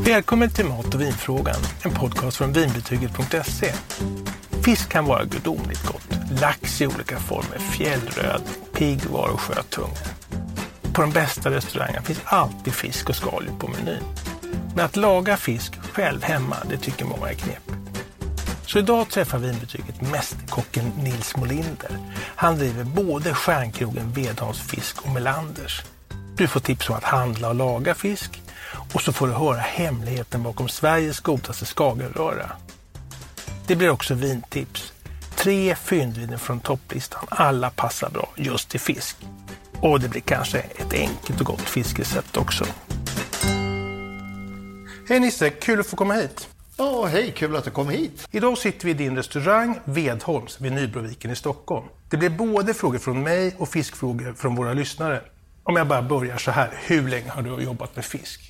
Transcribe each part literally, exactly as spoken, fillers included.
Välkommen till Mat- och vinfrågan, en podcast från vinbetyget punkt se. Fisk kan vara gudomligt gott. Lax i olika former, fjällröd, piggvar och sjötunga. På de bästa restaurangerna finns alltid fisk och skaldjur på menyn. Men att laga fisk själv hemma, det tycker många är knepigt. Så idag träffar vinbetyget mästerkocken Nils Molinder. Han driver både stjärnkrogen Vedholms fisk och Melanders. Du får tips om att handla och laga fisk. Och så får du höra hemligheten bakom Sveriges godaste skagenröra. Det blir också vintips. Tre fyndviner från topplistan. Alla passar bra just till fisk. Och det blir kanske ett enkelt och gott fiskrecept också. Hej Nisse, kul att få komma hit. Ja, oh, hej, kul att du kom hit. Idag sitter vi i din restaurang Vedholms vid Nybroviken i Stockholm. Det blir både frågor från mig och fiskfrågor från våra lyssnare. Om jag bara börjar så här, hur länge har du jobbat med fisk?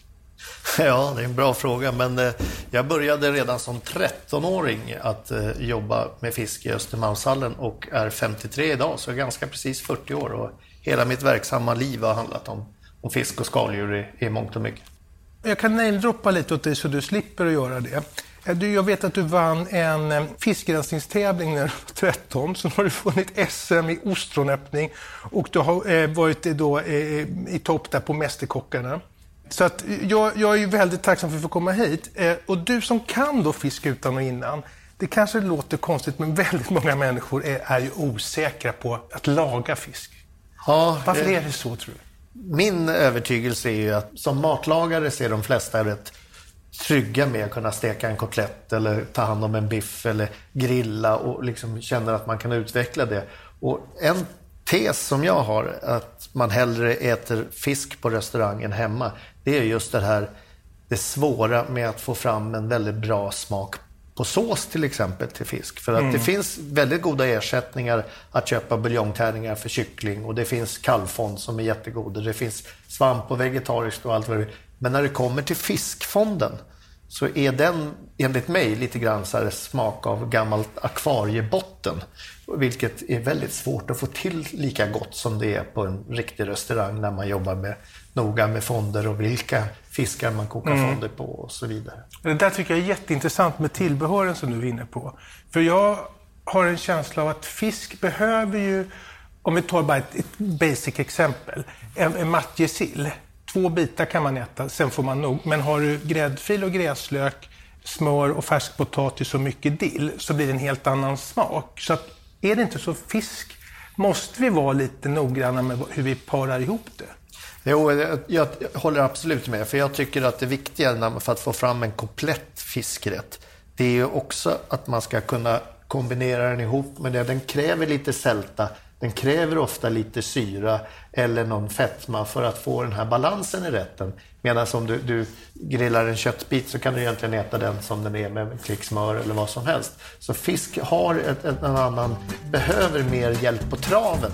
Ja, det är en bra fråga, men eh, jag började redan som trettonåring att eh, jobba med fisk i Östermalmshallen och är femtiotre idag, så jag är ganska precis fyrtio år och hela mitt verksamma liv har handlat om, om fisk och skaldjur i, i mångt och mycket. Jag kan namedroppa lite åt dig så du slipper att göra det. Du, jag vet att du vann en fiskrensningstävling när du var tretton, så har du vunnit S M i ostronöppning och du har eh, varit då, eh, i topp där på mästerkockarna. Så att jag, jag är ju väldigt tacksam för att få komma hit. Eh, och du som kan då fisk utan och innan, det kanske låter konstigt men väldigt många människor är, är ju osäkra på att laga fisk. Ja, Varför är det så, tror du? Min övertygelse är ju att som matlagare ser de flesta rätt trygga med att kunna steka en kotlett eller ta hand om en biff eller grilla och liksom känner att man kan utveckla det. Och en tes som jag har, att man hellre äter fisk på restaurang än hemma, det är just det här det svåra med att få fram en väldigt bra smak på sås till exempel till fisk. För att mm. det finns väldigt goda ersättningar att köpa buljongtärningar för kyckling och det finns kalvfond som är jättegoda. Det finns svamp och vegetariskt och allt vad det är. Men när det kommer till fiskfonden så är den enligt mig lite grann så här smak av gammalt akvariebotten. Vilket är väldigt svårt att få till lika gott som det är på en riktig restaurang när man jobbar med noga med fonder och vilka fiskar man kokar mm. fonder på och så vidare. Det där tycker jag är jätteintressant med tillbehören som du är inne på. För jag har en känsla av att fisk behöver ju, om vi tar bara ett, ett basic exempel, en, en matjessill. Två bitar kan man äta, sen får man nog. Men har du gräddfil och gräslök, smör och färsk potatis och mycket dill så blir det en helt annan smak. Så att, är det inte så fisk? Måste vi vara lite noggranna med hur vi parar ihop det? Jo, jag, jag håller absolut med. För jag tycker att det viktiga för att få fram en komplett fiskrätt, det är ju också att man ska kunna kombinera den ihop med det. Den kräver lite sälta. Den kräver ofta lite syra eller någon fetma för att få den här balansen i rätten. Medan om du, du grillar en köttbit så kan du egentligen äta den som den är med klicksmör eller vad som helst. Så fisk har ett, ett, en annan, behöver mer hjälp på traven.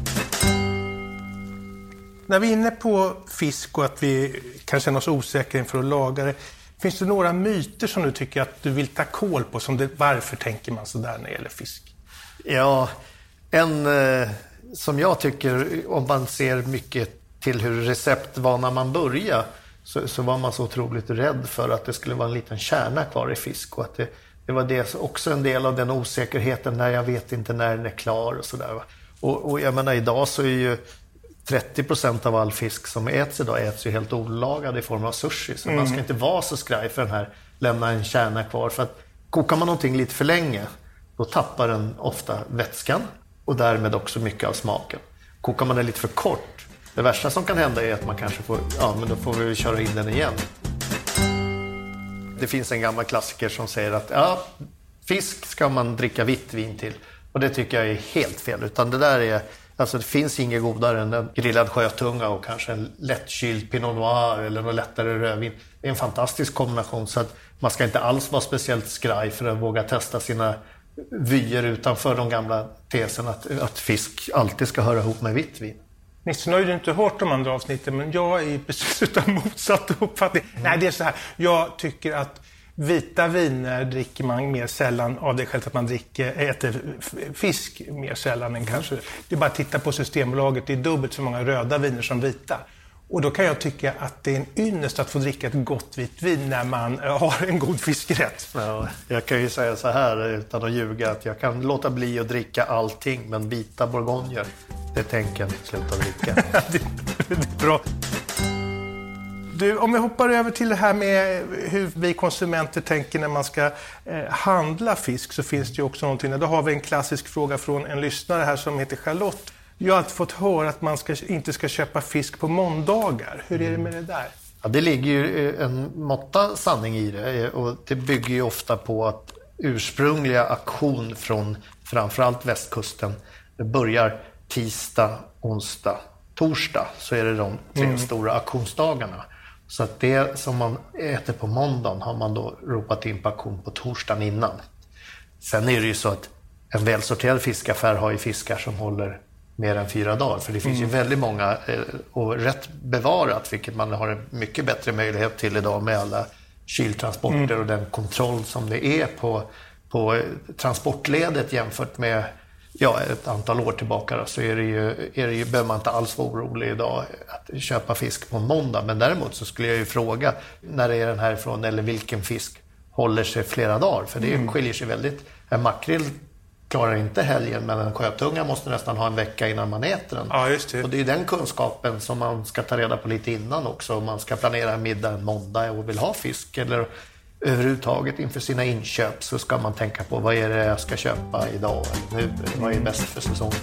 När vi är inne på fisk och att vi kan känna oss osäkra inför att laga det, finns det några myter som du tycker att du vill ta koll på? Som det, varför tänker man så där när det gäller fisk? Ja, en eh, som jag tycker, om man ser mycket till hur recept var när man började, så, så var man så otroligt rädd för att det skulle vara en liten kärna kvar i fisk. Och att det, det var det också en del av den osäkerheten när jag vet inte när den är klar och sådär. Och, och jag menar, idag så är ju trettio procent av all fisk som äts idag äts ju helt olagad i form av sushi. Så mm. man ska inte vara så skraj för den här, lämna en kärna kvar. För att kokar man någonting lite för länge, då tappar den ofta vätskan och därmed också mycket av smaken. Kokar man den lite för kort, det värsta som kan hända är att man kanske får, ja men då får vi köra in den igen. Det finns en gammal klassiker som säger att ja, fisk ska man dricka vitt vin till. Och det tycker jag är helt fel. Utan det där är, alltså det finns inget godare än en grillad sjötunga och kanske en lättkyld pinot noir eller något lättare rödvin. Det är en fantastisk kombination, så att man ska inte alls vara speciellt skraj för att våga testa sina vyer utanför de gamla teserna att, att fisk alltid ska höra ihop med vitt vin. Nisse, nu har ju inte hört de andra avsnitten, men jag är precis utan motsatt uppfattning. Mm. Nej, det är så här. Jag tycker att vita viner dricker man mer sällan av det skälet att man dricker, äter fisk mer sällan än kanske. Det är bara att titta på Systembolaget, det är dubbelt så många röda viner som vita. Och då kan jag tycka att det är en ynnest att få dricka ett gott vitt vin när man har en god fiskrätt. Ja, jag kan ju säga så här utan att ljuga att jag kan låta bli att dricka allting, men vita bourgogner, det tänker jag sluta dricka. det, det är bra. Du, om vi hoppar över till det här med hur vi konsumenter tänker när man ska eh, handla fisk, så finns det ju också någonting. Då har vi en klassisk fråga från en lyssnare här som heter Charlotte. Jag har alltid fått höra att man ska, inte ska köpa fisk på måndagar. Hur är det med det där? Ja, det ligger ju en måtta sanning i det, och det bygger ju ofta på att ursprungliga auktion från framförallt västkusten börjar tisdag, onsdag, torsdag, så är det de tre mm. stora auktionsdagarna. Så att det som man äter på måndagen har man då ropat in på auktion på torsdagen innan. Sen är det ju så att en välsorterad fiskaffär har ju fiskar som håller mer än fyra dagar. För det finns mm. ju väldigt många eh, och rätt bevarat, vilket man har en mycket bättre möjlighet till idag med alla kyltransporter mm. och den kontroll som det är på, på transportledet jämfört med ja, ett antal år tillbaka. Då, så är det ju, är det ju, behöver man inte alls vara orolig idag att köpa fisk på en måndag. Men däremot så skulle jag ju fråga när är den härifrån eller vilken fisk håller sig flera dagar. För det mm. skiljer sig väldigt. En makrill klarar inte helgen, men en sjötunga måste nästan ha en vecka innan man äter den. Ja, just det. Och det är ju den kunskapen som man ska ta reda på lite innan också. Om man ska planera en middag en måndag och vill ha fisk eller överhuvudtaget inför sina inköp, så ska man tänka på vad är det jag ska köpa idag eller nu, vad är bäst för säsongen.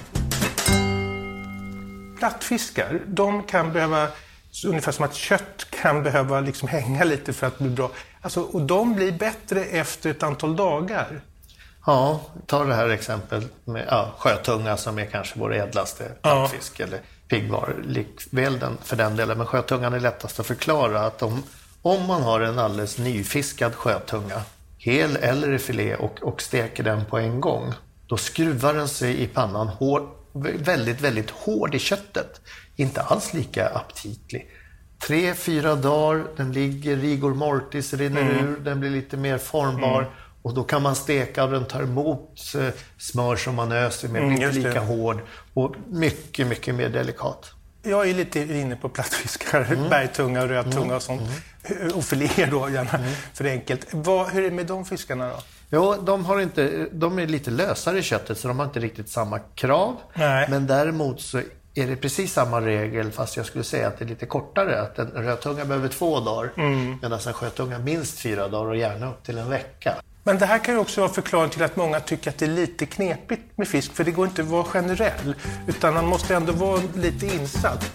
Plattfiskar, de kan behöva, ungefär som att kött kan behöva liksom hänga lite för att bli bra. Alltså, och de blir bättre efter ett antal dagar. Ja, ta det här exempel med ja, sjötunga som är kanske vår ädlaste plattfisk ja. eller piggvar, likväl den, för den delen. Men sjötungan är lättast att förklara att om, om man har en alldeles nyfiskad sjötunga, hel eller i filé och, och steker den på en gång, då skruvar den sig i pannan hår, väldigt, väldigt hård i köttet. Inte alls lika aptitlig. Tre, fyra dagar, den ligger, rigor mortis rinner mm. ur, den blir lite mer formbar. Mm. Och då kan man steka och den tar emot smör som man öser med, mm, inte lika hård och mycket, mycket mer delikat. Jag är lite inne på plattfiskar, mm. bergtunga och rödtunga mm. och sånt. Mm. Och filéer då, gärna mm. för enkelt. Vad, hur är det med de fiskarna då? Jo, de, har inte, de är lite lösare i köttet så de har inte riktigt samma krav. Nej. Men däremot så är det precis samma regel, fast jag skulle säga att det är lite kortare. Att en rödtunga behöver två dagar mm. medan en sjötunga minst fyra dagar och gärna upp till en vecka. Men det här kan ju också vara förklaring till att många tycker att det är lite knepigt med fisk. För det går inte att vara generell, utan man måste ändå vara lite insatt.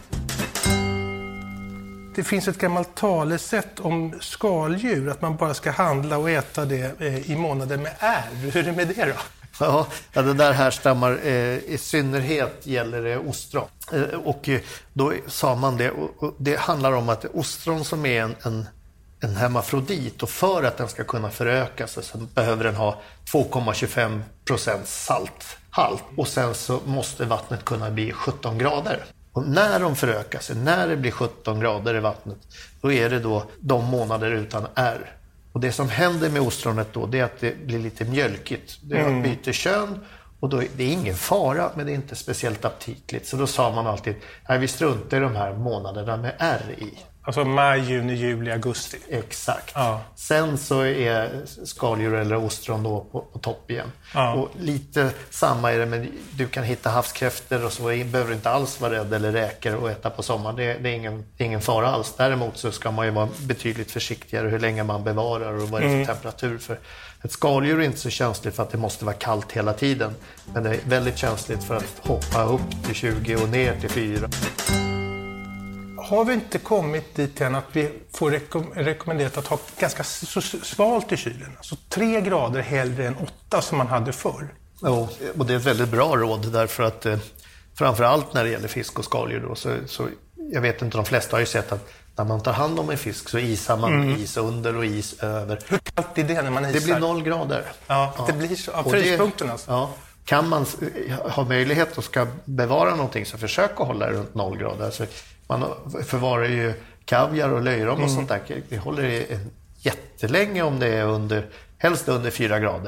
Det finns ett gammalt talesätt om skaldjur, att man bara ska handla och äta det i månader med är. Hur är det med det då? Ja, det där härstammar eh, i synnerhet gäller det ostron. Eh, och då sa man det, och det handlar om att ostron som är en, en en hermafrodit, och för att den ska kunna föröka sig så behöver den ha två komma tjugofem procent salthalt, och sen så måste vattnet kunna bli sjutton grader. Och när de förökar sig, när det blir sjutton grader i vattnet, då är det då de månader utan R. Och det som händer med ostronet då, det är att det blir lite mjölkigt. Det mm. byter kön, och då, det är ingen fara, men det är inte speciellt aptitligt. Så då sa man alltid, nej, vi struntar i de här månaderna med R i. Alltså maj, juni, juli, augusti. Exakt. Ja. Sen så är skaldjur eller ostron då på, på topp igen. Ja. Och lite samma är det, men du kan hitta havskräftor och så behöver du inte alls vara rädd, eller räkor och äta på sommaren. Det, det är ingen, ingen fara alls. Däremot så ska man ju vara betydligt försiktigare hur länge man bevarar och vad det är för mm. temperatur. För ett skaldjur är inte så känsligt för att det måste vara kallt hela tiden. Men det är väldigt känsligt för att hoppa upp till tjugo och ner till fyra. Har vi inte kommit dit än att vi får rekom- rekommenderat att ha ganska svalt i kylen? Alltså tre grader hellre än åtta som man hade förr. Jo, och det är ett väldigt bra råd, därför att eh, framförallt när det gäller fisk och skaldjur då, så, så jag vet inte, de flesta har ju sett att när man tar hand om en fisk så isar man mm. is under och is över. Hur kallt är det när man isar? Det blir noll grader. Ja, ja. Det blir så. Ja, fryspunkten alltså. Ja. Kan man ha möjlighet och ska bevara någonting, så försök att hålla det runt noll grader. Alltså, man förvarar ju kaviar och löjrom och mm. sånt där. Det håller det jättelänge om det är under, helst under fyra grader.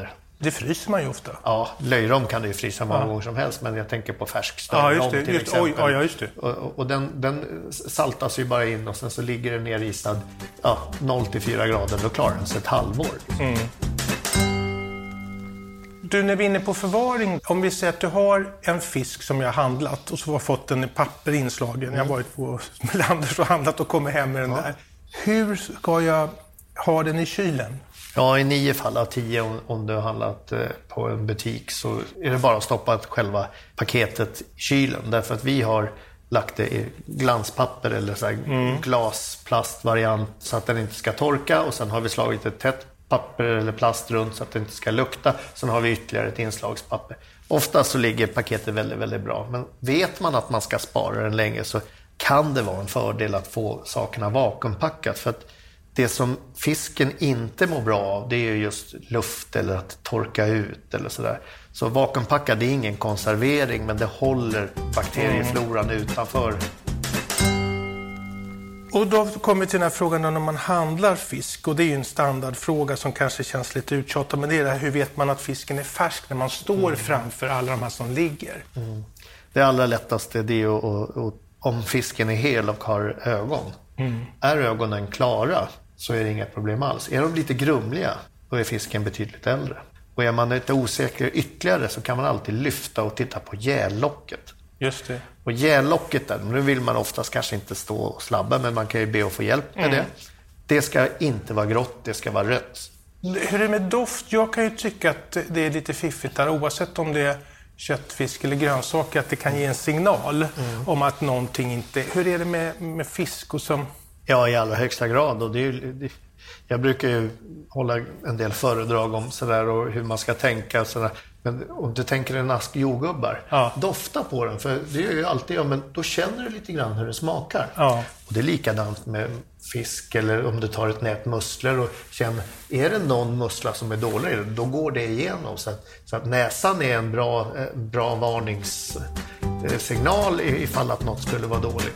Det fryser man ju ofta. Ja, löjrom kan du ju frysa många ja. gånger som helst, men jag tänker på färsk störrom ja, till just, exempel. Oj, ja, just det. Och, och, och den, den saltas ju bara in och sen så ligger den nerisad ja, noll till fyra grader, då klarar den sig ett halvår. Mm. Du, när vi är inne på förvaring, om vi säger att du har en fisk som jag har handlat och så har fått den i papper inslagen. Mm. Jag har varit på Melanders och handlat och kommit hem med den ja. där. Hur ska jag ha den i kylen? Ja, i nio fall av tio om, om du har handlat eh, på en butik så är det bara att stoppa själva paketet i kylen. Därför att vi har lagt det i glanspapper eller så här mm. glasplastvariant så att den inte ska torka. Och sen har vi slagit ett tätt papper eller plast runt så att det inte ska lukta. Sen har vi ytterligare ett inslagspapper. Ofta så ligger paketet väldigt, väldigt bra. Men vet man att man ska spara den länge så kan det vara en fördel att få sakerna vakuumpackat. För att det som fisken inte mår bra av, det är just luft eller att torka ut eller sådär. Så vakuumpacka, det är ingen konservering, men det håller bakteriefloran mm. utanför. Och då kommer vi till den här frågan när man handlar fisk. Och det är ju en standardfråga som kanske känns lite uttjatad. Men det är det här, hur vet man att fisken är färsk när man står mm. framför alla de här som ligger? Mm. Det allra lättaste det är att, att, om fisken är hel och har ögon. Mm. Är ögonen klara så är det inga problem alls. Är de lite grumliga, då är fisken betydligt äldre. Och är man lite osäker ytterligare så kan man alltid lyfta och titta på gällocket. Just det. Och gällocket där, nu vill man oftast kanske inte stå och slabba, men man kan ju be att få hjälp med mm. det. Det ska inte vara grått, det ska vara rött. Hur är det med doft? Jag kan ju tycka att det är lite fiffigt där, oavsett om det är kött, fisk eller grönsaker, att det kan ge en signal mm. om att någonting inte... Hur är det med, med fisk och som... Ja, i allra högsta grad. Och det är ju, det, jag brukar ju hålla en del föredrag om sådär och hur man ska tänka och sådär. Men om du tänker en ask jordgubbar, ja. dofta på den. För det är ju alltid, ja, men då känner du lite grann hur det smakar. Ja. Och det är likadant med fisk eller om du tar ett nät musslor och känner, är det någon mussla som är dålig, då går det igenom. Så att, så att näsan är en bra, bra varningssignal ifall att något skulle vara dåligt.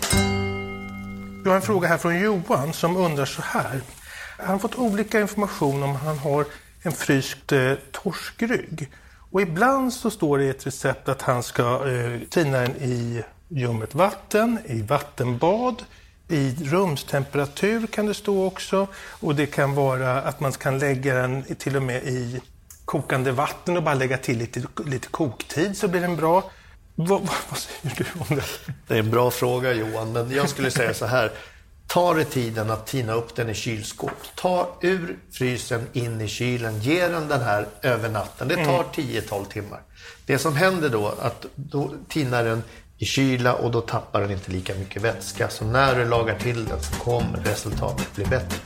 Jag har en fråga här från Johan som undrar så här. Han har fått olika information om han har en fryst eh, torskrygg. Och ibland så står det i ett recept att han ska eh, tina den i ljummet vatten, i vattenbad, i rumstemperatur kan det stå också. Och det kan vara att man kan lägga den till och med i kokande vatten och bara lägga till lite, lite koktid så blir den bra. Vad, vad säger du om det? Det är en bra fråga, Johan, men jag skulle säga så här. Ta det tiden att tina upp den i kylskåp. Ta ur frysen in i kylen. Ge den den här över natten. Det tar mm. tio till tolv timmar. Det som händer då att då tinar den i kyla och då tappar den inte lika mycket vätska. Så när du lagar till den så kommer resultatet bli bättre.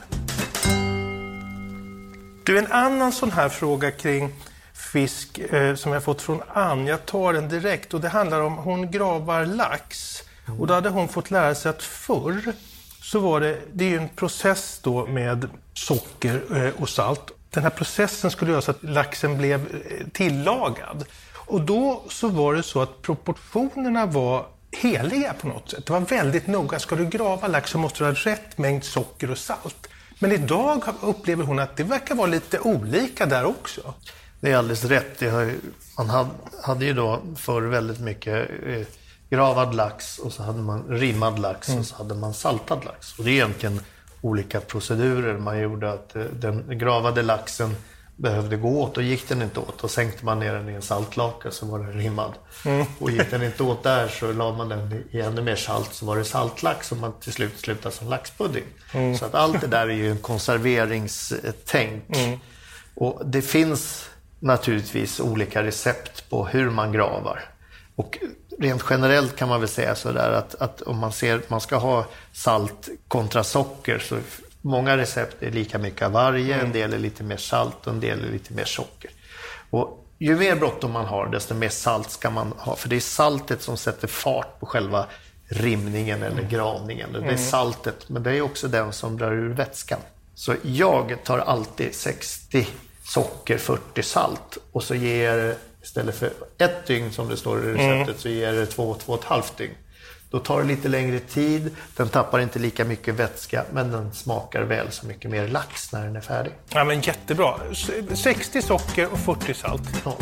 Du, en annan sån här fråga kring fisk eh, som jag fått från Ann. Jag tar den direkt och det handlar om hon gravar lax. Mm. Och då hade hon fått lära sig att förr så var det, det är ju en process då med socker eh, och salt. Den här processen skulle göra så att laxen blev tillagad. Och då så var det så att proportionerna var heliga på något sätt. Det var väldigt noga. Ska du grava lax så måste du ha rätt mängd socker och salt. Men idag upplever hon att det verkar vara lite olika där också. Det är alldeles rätt. Det har, man hade, hade ju då för väldigt mycket eh, gravad lax och så hade man rimmad lax mm. och så hade man saltad lax. Och det är egentligen olika procedurer man gjorde. Att eh, den gravade laxen behövde gå åt och gick den inte åt. Och sänkte man ner den i en saltlake så var den rimmad. Mm. Och gick den inte åt där så la man den i ännu mer salt så var det saltlax och man till slut slutade som laxpudding. Mm. Så att allt det där är ju en konserveringstänk. Mm. Och det finns naturligtvis olika recept på hur man gravar. Och rent generellt kan man väl säga så där att, att om man ser man ska ha salt kontra socker så många recept är lika mycket av varje. Mm. En del är lite mer salt och en del är lite mer socker. Och ju mer bråttom man har desto mer salt ska man ha. För det är saltet som sätter fart på själva rimningen eller gravningen. Mm. Det är saltet men det är också den som drar ur vätskan. Så jag tar alltid sextio socker, fyrtio salt och så ger istället för ett dygn som det står i receptet mm. så ger det två, två och ett halvt dygn. Då tar det lite längre tid, den tappar inte lika mycket vätska, men den smakar väl så mycket mer lax när den är färdig. Ja, men jättebra. sextio socker och fyrtio salt. Ja.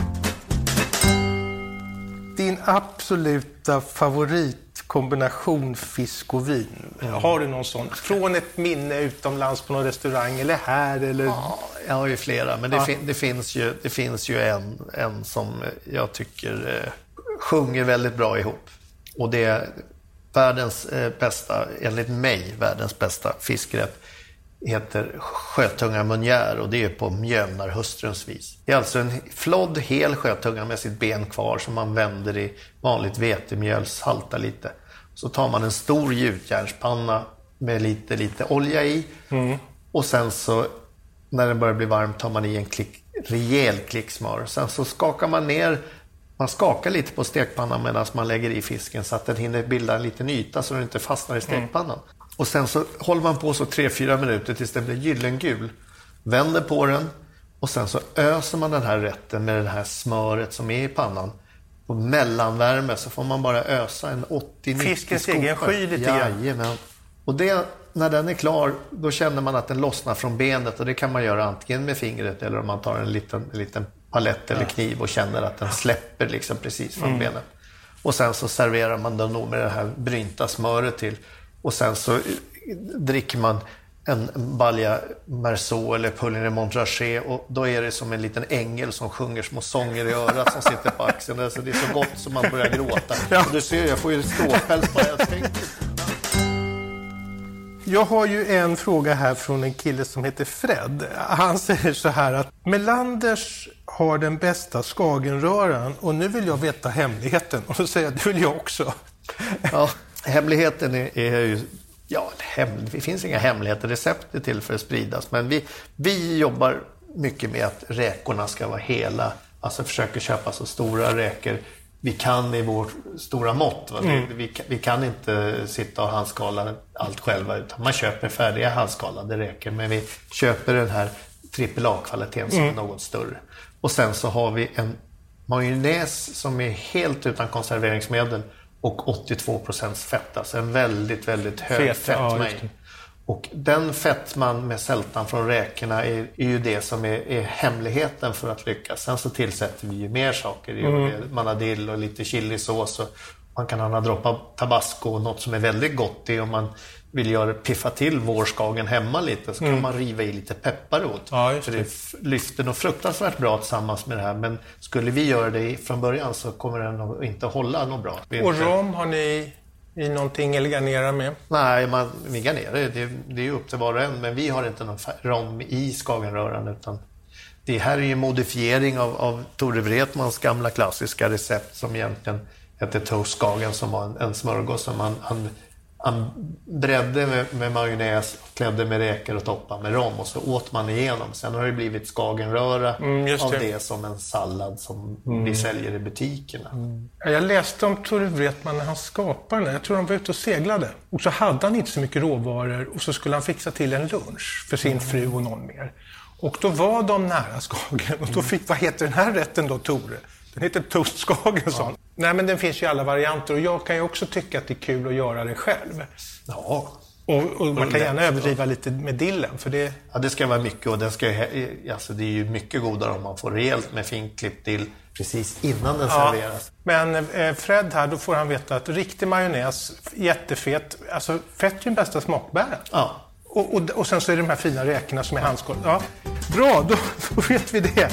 Din absoluta favoritkombination fisk och vin. Mm. Har du någon sån? Från ett minne utomlands på någon restaurang eller här? Eller? Ja, jag har ju flera, men det, ja. fin- det, finns, ju, det finns ju en, en som jag tycker eh, sjunger väldigt bra ihop. Och det är världens eh, bästa, enligt mig, världens bästa fiskrätt. Heter sjötunga munjär och det är på mjölnarhustruns vis. Det är alltså en flodd hel sjötunga med sitt ben kvar som man vänder i vanligt vetemjöl, saltar lite. Så tar man en stor gjutjärnspanna med lite, lite olja i mm. och sen så när den börjar bli varm tar man i en klick, rejäl klick smör. Sen så skakar man ner, man skakar lite på stekpannan medan man lägger i fisken så att den hinner bilda en liten yta så den inte fastnar i stekpannan. Mm. Och sen så håller man på så tre fyra minuter tills den blir gyllengul. Vänder på den och sen så öser man den här rätten med det här smöret som är i pannan. På mellanvärme så får man bara ösa en åttio nittio Fiskens egen sky lite grann. Jajamän. Och det, när den är klar, då känner man att den lossnar från benet. Och det kan man göra antingen med fingret eller om man tar en liten, en liten palett eller kniv och känner att den släpper liksom precis från mm. benet. Och sen så serverar man den då med det här brynta smöret till. Och sen så dricker man en balja Merceau eller Pulliner Montrachet och då är det som en liten ängel som sjunger små sånger i örat som sitter på axeln. Alltså det är så gott som man börjar gråta. Ja. Och du ser, jag får ju ståpäls bara jag tänker. Jag har ju en fråga här från en kille som heter Fred. Han säger så här att Melanders har den bästa skagenröran och nu vill jag veta hemligheten. Och så säger jag, det vill jag också. Ja, hemligheten är, är ju... Ja, hem, det finns inga hemligheter. Recept är till för att spridas. Men vi, vi jobbar mycket med att räkorna ska vara hela. Alltså försöker köpa så stora räkor vi kan i vårt stora mått. Mm. Vi, vi kan inte sitta och handskala allt själva. Utan man köper färdiga handskalade räkor. Men vi köper den här trippel A-kvaliteten som mm. är något större. Och sen så har vi en majonnäs som är helt utan konserveringsmedel. Och åttiotvå procent fett, alltså en väldigt, väldigt hög Fet, fettmängd. Ja, och den fettman med sältan från räkorna är, är ju det som är, är hemligheten för att lyckas. Sen så tillsätter vi ju mer saker. Mm. Manadill och lite chilisås och man kan ha en droppe tabasco och något som är väldigt gott i om man vill göra piffa till vårskagen hemma lite så kan mm. man riva i lite pepparrot. Ja, för det lyfter nog fruktansvärt bra tillsammans med det här. Men skulle vi göra det från början så kommer den inte hålla något bra. Och rom har ni i någonting eller garnera med? Nej, man, vi garnerar det. Det, det är ju upp till var och en. Men vi har inte någon rom i skagenröran utan det här är ju modifiering av, av Tore Wretmans gamla klassiska recept som egentligen heter toastskagen som var en, en smörgås som man, han Han bredde med, med majonnäs, klädde med räkor och toppade med rom och så åt man igenom. Sen har det blivit skagenröra mm, det. av det som en sallad som mm. vi säljer i butikerna. Mm. Jag läste om Tore Wretman när han skapade den. Jag tror han var ute och seglade. Och så hade han inte så mycket råvaror och så skulle han fixa till en lunch för sin mm. fru och någon mer. Och då var de nära Skagen och då fick, vad heter den här rätten då, Tore? Den heter toastskagen, sån. Ja. Nej, men den finns ju i alla varianter och jag kan ju också tycka att det är kul att göra det själv. Ja. Och, och man kan gärna överdriva lite med dillen, för det... Ja, det ska vara mycket och den ska, alltså det är ju mycket godare om man får rejält med finklippt dill precis innan den ja. serveras. Men eh, Fred här, då får han veta att riktig majonnäs, jättefet, alltså fett är ju den bästa smakbären. Ja. Och, och, och sen så är det de här fina räkorna som är handskål. Ja. Bra, då, då vet vi det.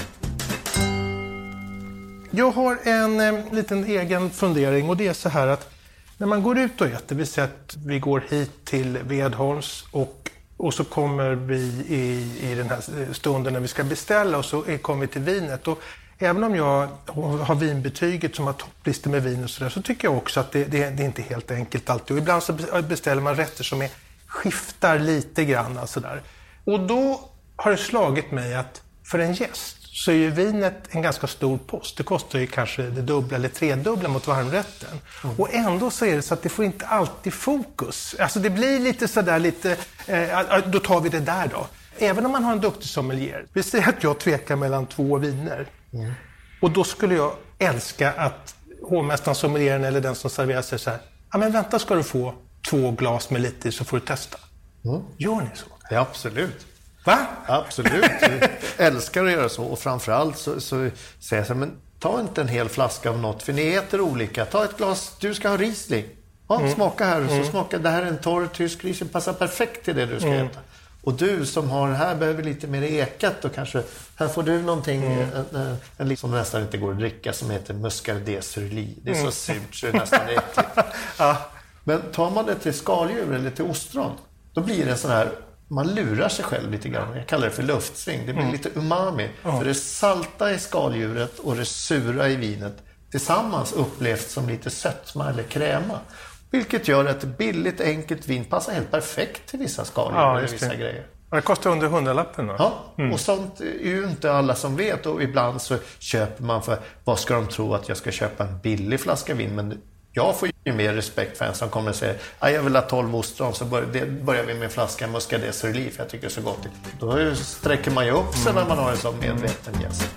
Jag har en eh, liten egen fundering och det är så här att när man går ut och äter, vi säger att vi går hit till Vedholms och, och så kommer vi i, i den här stunden när vi ska beställa och så är, kommer vi till vinet. Och även om jag har vinbetyget som har topplistor med vin och sådär så tycker jag också att det, det, det är inte helt enkelt alltid. Och ibland så beställer man rätter som är, skiftar lite grann och sådär. Och då har det slagit mig att för en gäst så är ju vinet en ganska stor post. Det kostar ju kanske det dubbla eller tredubbla mot varmrätten. Mm. Och ändå så är det så att det får inte alltid fokus. Alltså det blir lite sådär lite, eh, då tar vi det där då. Även om man har en duktig sommelier. Vi säger att jag tvekar mellan två viner. Mm. Och då skulle jag älska att hovmästaren, sommelieren eller den som serverar sig så här. ja men vänta ska du få två glas med lite så får du testa. Mm. Gör ni så? Ja, absolut. Va? Absolut. Jag älskar att göra så. Och framförallt så, så säger jag så här, men ta inte en hel flaska av något, för ni äter olika. Ta ett glas, du ska ha Riesling. Ja, mm. smaka här. Så mm. smaka, det här är en torr tysk Riesling, passar perfekt till det du ska mm. äta. Och du som har här behöver lite mer ekat och kanske, här får du någonting, mm. en, en, en liksom nästan inte går att dricka som heter Muscadet Surly. Det är så mm. surt så det är nästan äckligt. Ja. Men tar man det till skaldjur eller till ostron, då blir det sån här, man lurar sig själv lite grann. Jag kallar det för luftsving. Det blir mm. lite umami. Mm. För det salta i skaldjuret och det sura i vinet tillsammans upplevs som lite sötma eller kräma. Vilket gör att ett billigt, enkelt vin passar helt perfekt till vissa skaldjur ja, eller vissa grejer. Det kostar under hundralappen då? Ja, mm. och sånt är ju inte alla som vet. Och ibland så köper man för, vad ska de tro att jag ska köpa en billig flaska vin? Men jag får ju mer respekt för en som kommer och säger att jag vill ha tolv ostron, så börjar, det, börjar vi med en flaska Muscadet Surly för jag tycker det är så gott. Då sträcker man ju upp sig när man har en sån medveten gäst.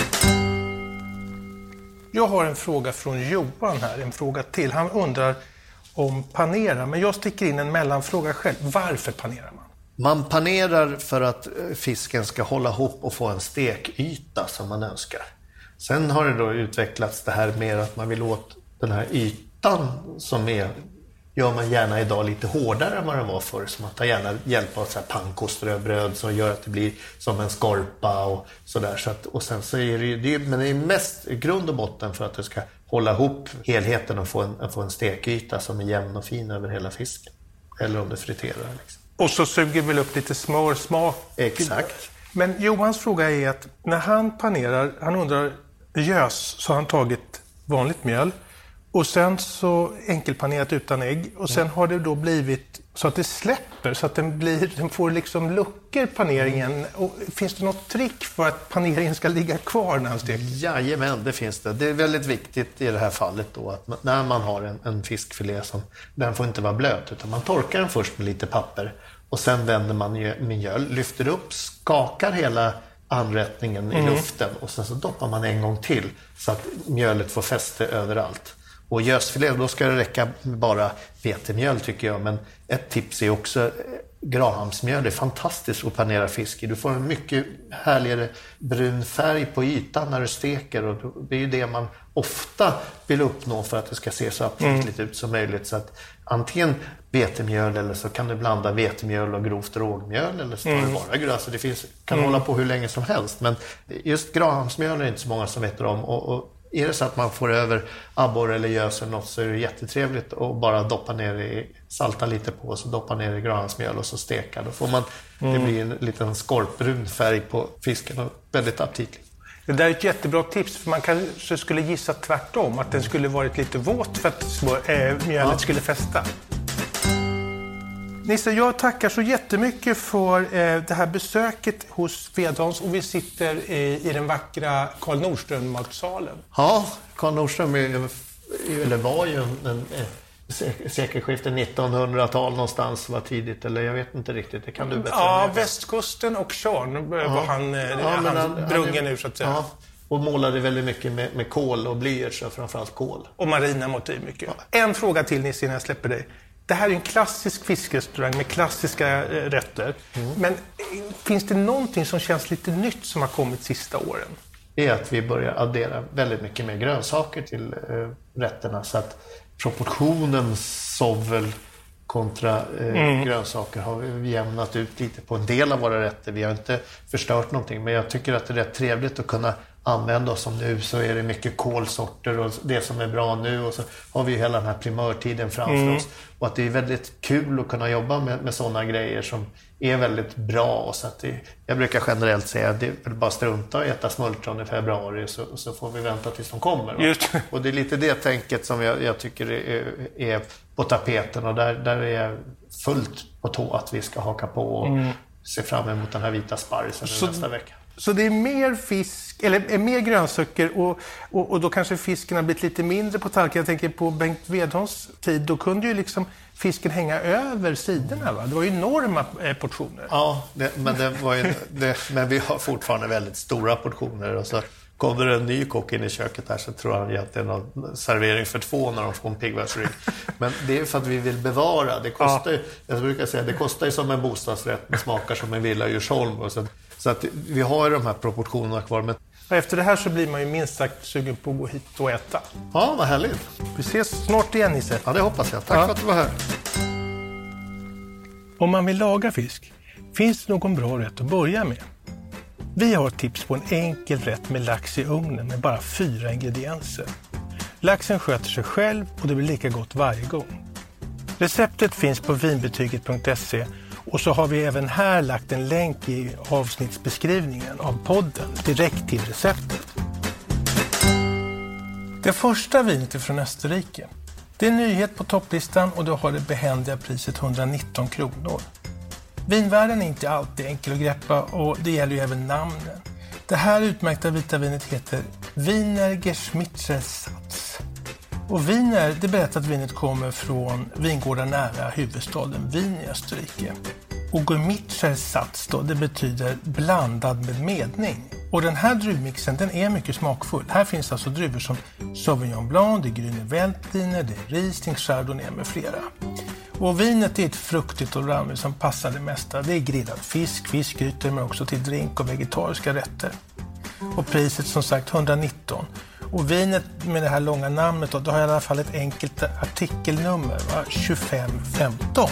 Jag har en fråga från Johan här, en fråga till. Han undrar om panera, men jag sticker in en mellanfråga själv. Varför panerar man? Man panerar för att fisken ska hålla ihop och få en stekyta som man önskar. Sen har det då utvecklats det här med att man vill åt den här ytan som är, gör man gärna idag lite hårdare än vad den var förr. Så man tar gärna hjälp av så här pankoströbröd som gör att det blir som en skorpa och sådär. Så att, och sen så är det ju, men det är mest grund och botten för att det ska hålla ihop helheten och få en, få en stekyta som är jämn och fin över hela fisken. Eller om det friterar liksom. Och så suger väl upp lite smör, smak. Exakt. Men Johans fråga är att när han panerar, han undrar gös, så har han tagit vanligt mjöl. Och sen så enkelpanerat utan ägg. Och sen har det då blivit så att det släpper. Så att den, blir, den får liksom luckor paneringen. Och finns det något trick för att paneringen ska ligga kvar när han steker? Jajamän, det finns det. Det är väldigt viktigt i det här fallet då att när man har en, en fiskfilé som, den får inte vara blöt. Utan man torkar den först med lite papper. Och sen vänder man mjöl, lyfter upp, skakar hela anrättningen mm. i luften. Och sen så doppar man en gång till så att mjölet får fäste överallt. Och gösfilé, då ska det räcka med bara vetemjöl tycker jag. Men ett tips är också grahamsmjöl. Det är fantastiskt att panera fisk i. Du får en mycket härligare brun färg på ytan när du steker. Och det är ju det man ofta vill uppnå för att det ska se så aptitligt mm. ut som möjligt. Så att antingen vetemjöl eller så kan du blanda vetemjöl och grovt rågmjöl. Eller så tar mm. det bara gröt. Alltså det finns, kan mm. hålla på hur länge som helst. Men just grahamsmjöl är det inte så många som vet om. Och, och är det så att man får över abborre eller gös eller något så är det jättetrevligt att bara doppa ner i, salta lite på och så doppa ner i grahamsmjöl och så steka. Då får man, mm. det blir en liten skorpbrun färg på fisken och väldigt aptitligt. Det där är ett jättebra tips för man kanske skulle gissa tvärtom att den skulle varit lite våt för att äh, mjölet ja. skulle fästa. Nisse, jag tackar så jättemycket för eh, det här besöket hos Svedholms och vi sitter eh, i den vackra Carl Nordström-matsalen. Ja, Carl Nordström är, eller var ju en, en, en sekelskiftet nittonhundratal någonstans var tidigt, eller jag vet inte riktigt, det kan du bättre. Ja, västkusten och Tjörn var ja. han, ja, han, han brungen ur så att säga. Ja. Och målade väldigt mycket med, med kol och blyerts, framförallt kol. Och marina motiv mycket. Ja. En fråga till Nisse innan jag släpper dig. Det här är en klassisk fiskrestaurang med klassiska rätter. Mm. Men finns det någonting som känns lite nytt som har kommit sista åren? Det är att vi börjar addera väldigt mycket mer grönsaker till eh, rätterna. Så att proportionen sovel kontra eh, mm. grönsaker har vi jämnat ut lite på en del av våra rätter. Vi har inte förstört någonting, men jag tycker att det är rätt trevligt att kunna använda oss som nu, så är det mycket kolsorter och det som är bra nu, och så har vi ju hela den här primörtiden framför mm. oss, och att det är väldigt kul att kunna jobba med, med sådana grejer som är väldigt bra. Och så att det, jag brukar generellt säga att det är bara strunta och äta smultron i februari, så, så får vi vänta tills de kommer. Just. Och det är lite det tänket som jag, jag tycker är, är på tapeten, och där, där är jag fullt på tå att vi ska haka på och mm. se fram emot den här vita sparrisen så, nästa vecka. Så det är mer fisk, eller är mer grönsaker, och, och, och då kanske fisken har blivit lite mindre på tallriken. Jag tänker på Bengt Vedholms tid, då kunde ju liksom fisken hänga över sidorna, va? Det var ju enorma portioner. Ja, det, men, det var ju, det, men vi har fortfarande väldigt stora portioner, och så kommer det en ny kock in i köket här så tror han egentligen har servering för två när de får en piggvärtsrygg. Men det är för att vi vill bevara. Det kostar, ja. Jag brukar säga det kostar ju som en bostadsrätt med smakar som en villa i Djursholm. Så, så att vi har ju de här proportionerna kvar. Men... Efter det här så blir man ju minst sagt sugen på att gå hit och äta. Ja, vad härligt. Vi ses snart igen, Nisse. Ja, det hoppas jag. Tack ja. för att du var här. Om man vill laga fisk, finns det någon bra rätt att börja med? Vi har tips på en enkel rätt med lax i ugnen med bara fyra ingredienser. Laxen sköter sig själv och det blir lika gott varje gång. Receptet finns på vinbetyget punkt se och så har vi även här lagt en länk i avsnittsbeskrivningen av podden direkt till receptet. Det första vinet är från Österrike. Det är en nyhet på topplistan och då har det behändiga priset hundranitton kronor. Vinvärlden är inte alltid enkel att greppa och det gäller ju även namnen. Det här utmärkta vita vinet heter Wiener Geschmitzersatz. Och Wiener, det berättar att vinet kommer från vingårdar nära huvudstaden Wien i Österrike. Och Geschmitzersatz då, det betyder blandad med medning. Och den här druvmixen, den är mycket smakfull. Här finns alltså druvor som Sauvignon Blanc, det är Grüne Veltliner, det är Riesling, Chardonnay med flera. Och vinet är ett fruktigt och randigt som passar det mesta. Det är grillad fisk, fiskgrytor men också till drink och vegetariska rätter. Och priset som sagt hundranitton. Och vinet med det här långa namnet då, det har i alla fall ett enkelt artikelnummer, va? tjugofem femton.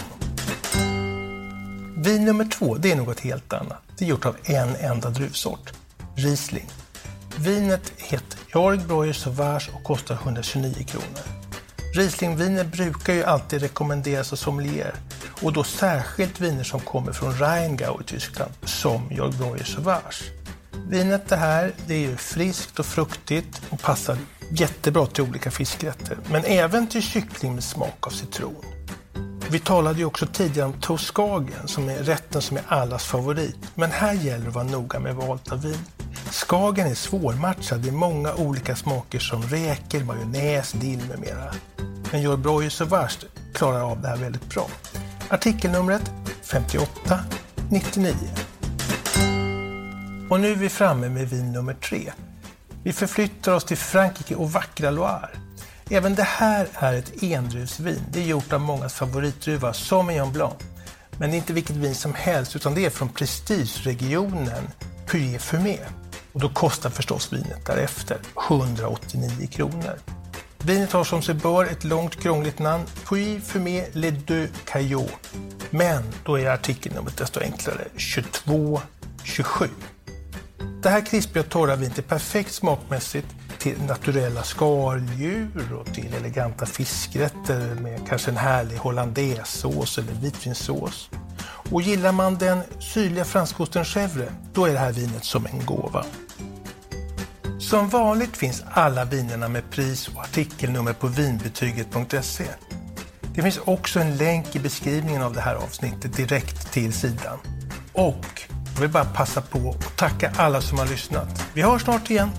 Vin nummer två, det är något helt annat. Det är gjort av en enda druvsort, Riesling. Vinet heter Jorgbräu Sauvage och kostar hundratjugonio kronor. Rieslingviner brukar ju alltid rekommenderas av sommelier och då särskilt viner som kommer från Rheingau i Tyskland som Jorgbräu Sauvage. Vinet det här, det är ju friskt och fruktigt och passar jättebra till olika fiskrätter men även till kyckling med smak av citron. Vi talade ju också tidigare om Toskagen som är rätten som är allas favorit men här gäller det att vara noga med valet av vin. Skagen är svårmatchad i många olika smaker som räkor, majonnäs, dill med mera. Men Jorgbräu Sauvage klarar av det här väldigt bra. Artikelnumret femtioåtta nittionio. Och nu är vi framme med vin nummer tre. Vi förflyttar oss till Frankrike och vackra Loire. Även det här är ett endruvsvin. Det är gjort av mångas favoritdruva, Sauvignon Blanc. Men det är inte vilket vin som helst utan det är från prestigeregionen Puy-Fumé. Och då kostar förstås vinet därefter hundraåttionio kronor. Vinet har som sig bör ett långt krångligt namn, Puy-Fumé Les Deux Cailloux. Men då är artikelnumret desto enklare, tjugotvå tjugosju. Det här krispiga och torra vinet är perfekt smakmässigt till naturella skaldjur och till eleganta fiskrätter med kanske en härlig hollandaisesås eller vitvinsås. Och gillar man den syrliga franskosten chèvre, då är det här vinet som en gåva. Som vanligt finns alla vinerna med pris och artikelnummer på vinbetyget punkt se. Det finns också en länk i beskrivningen av det här avsnittet direkt till sidan. Och jag vill bara passa på att tacka alla som har lyssnat. Vi hörs snart igen.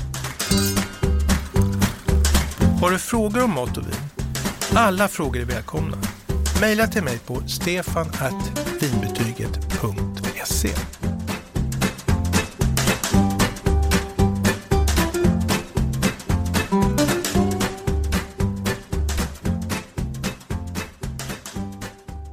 Har du frågor om mat och vin? Alla frågor är välkomna. Maila till mig på stefan at vinbetyget punkt se.